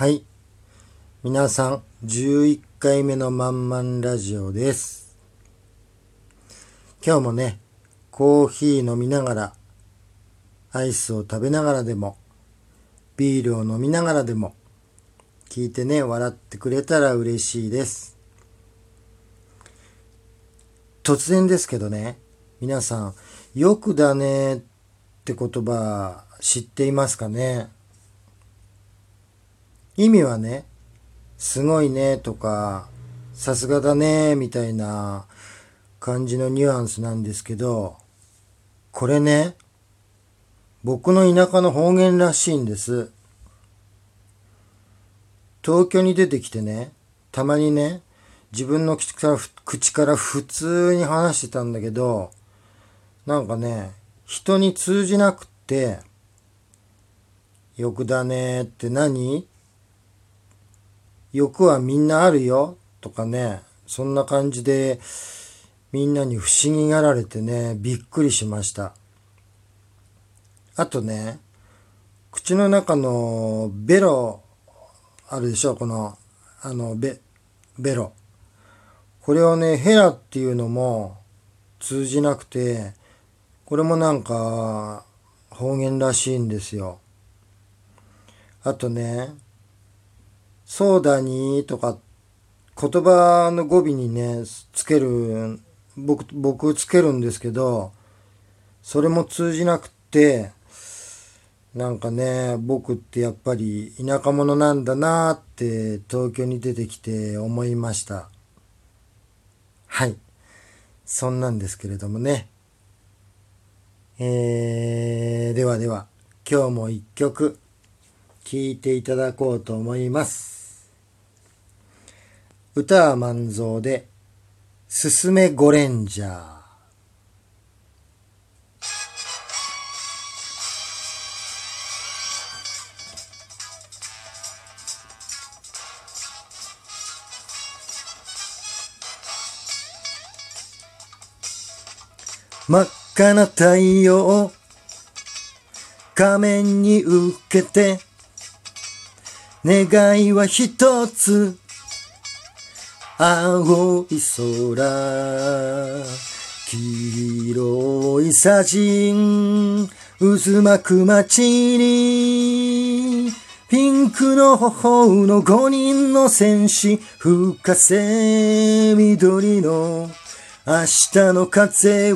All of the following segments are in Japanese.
はい。皆さん、11回目のまんまんラジオです。今日もね、コーヒー飲みながら、アイスを食べながらでも、ビールを飲みながらでも、聞いてね、笑ってくれたら嬉しいです。突然ですけどね、皆さん、よくだねって言葉知っていますかね？意味はね、すごいねとか、さすがだねみたいな感じのニュアンスなんですけど、これね、僕の田舎の方言らしいんです。東京に出てきてね、たまにね、自分の口から普通に話してたんだけど、なんかね、人に通じなくって、欲だねって何？欲はみんなあるよとかね、そんな感じでみんなに不思議がられてね、びっくりしました。あとね、口の中のベロあるでしょ、この、ベロ。これをね、ヘラっていうのも通じなくて、これもなんか方言らしいんですよ。あとね、そうだにとか言葉の語尾にね、つける、僕つけるんですけど、それも通じなくって、なんかね、僕ってやっぱり田舎者なんだなーって東京に出てきて思いました。はい。そんなんですけれどもね。ではでは、今日も一曲聴いていただこうと思います。歌は万蔵で、すすめゴレンジャー。真っ赤な太陽、仮面に受けて、願いは一つ、青い空、黄色い砂塵、渦巻く街に、ピンクの頬の5人の戦士、深瀬緑の明日の風を、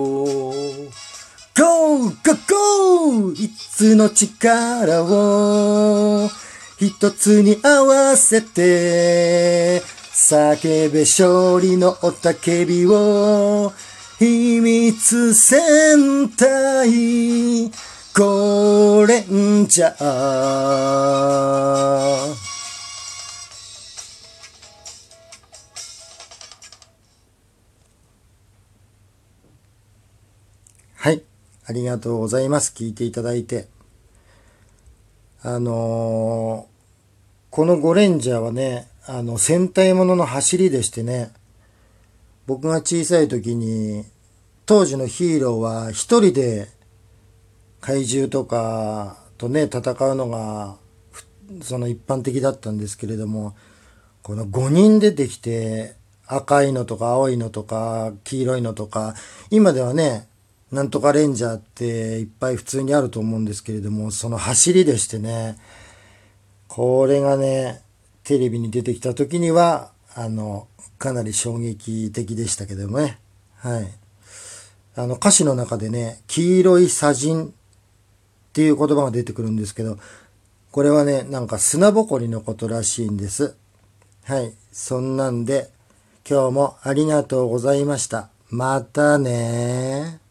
ゴーゴーゴー、いつの力を一つに合わせて、叫べ勝利の雄たけびを、秘密戦隊ゴレンジャー。はい、ありがとうございます。聞いていただいて。このゴレンジャーはね、戦隊ものの走りでしてね、僕が小さい時に、当時のヒーローは一人で怪獣とかとね、戦うのが、その一般的だったんですけれども、この5人出てきて、赤いのとか青いのとか黄色いのとか、今ではね、なんとかレンジャーっていっぱい普通にあると思うんですけれども、その走りでしてね、これがね、テレビに出てきた時には、かなり衝撃的でしたけどもね。はい。歌詞の中でね、黄色い砂塵っていう言葉が出てくるんですけど、これはね、なんか砂ぼこりのことらしいんです。はい。そんなんで、今日もありがとうございました。またねー。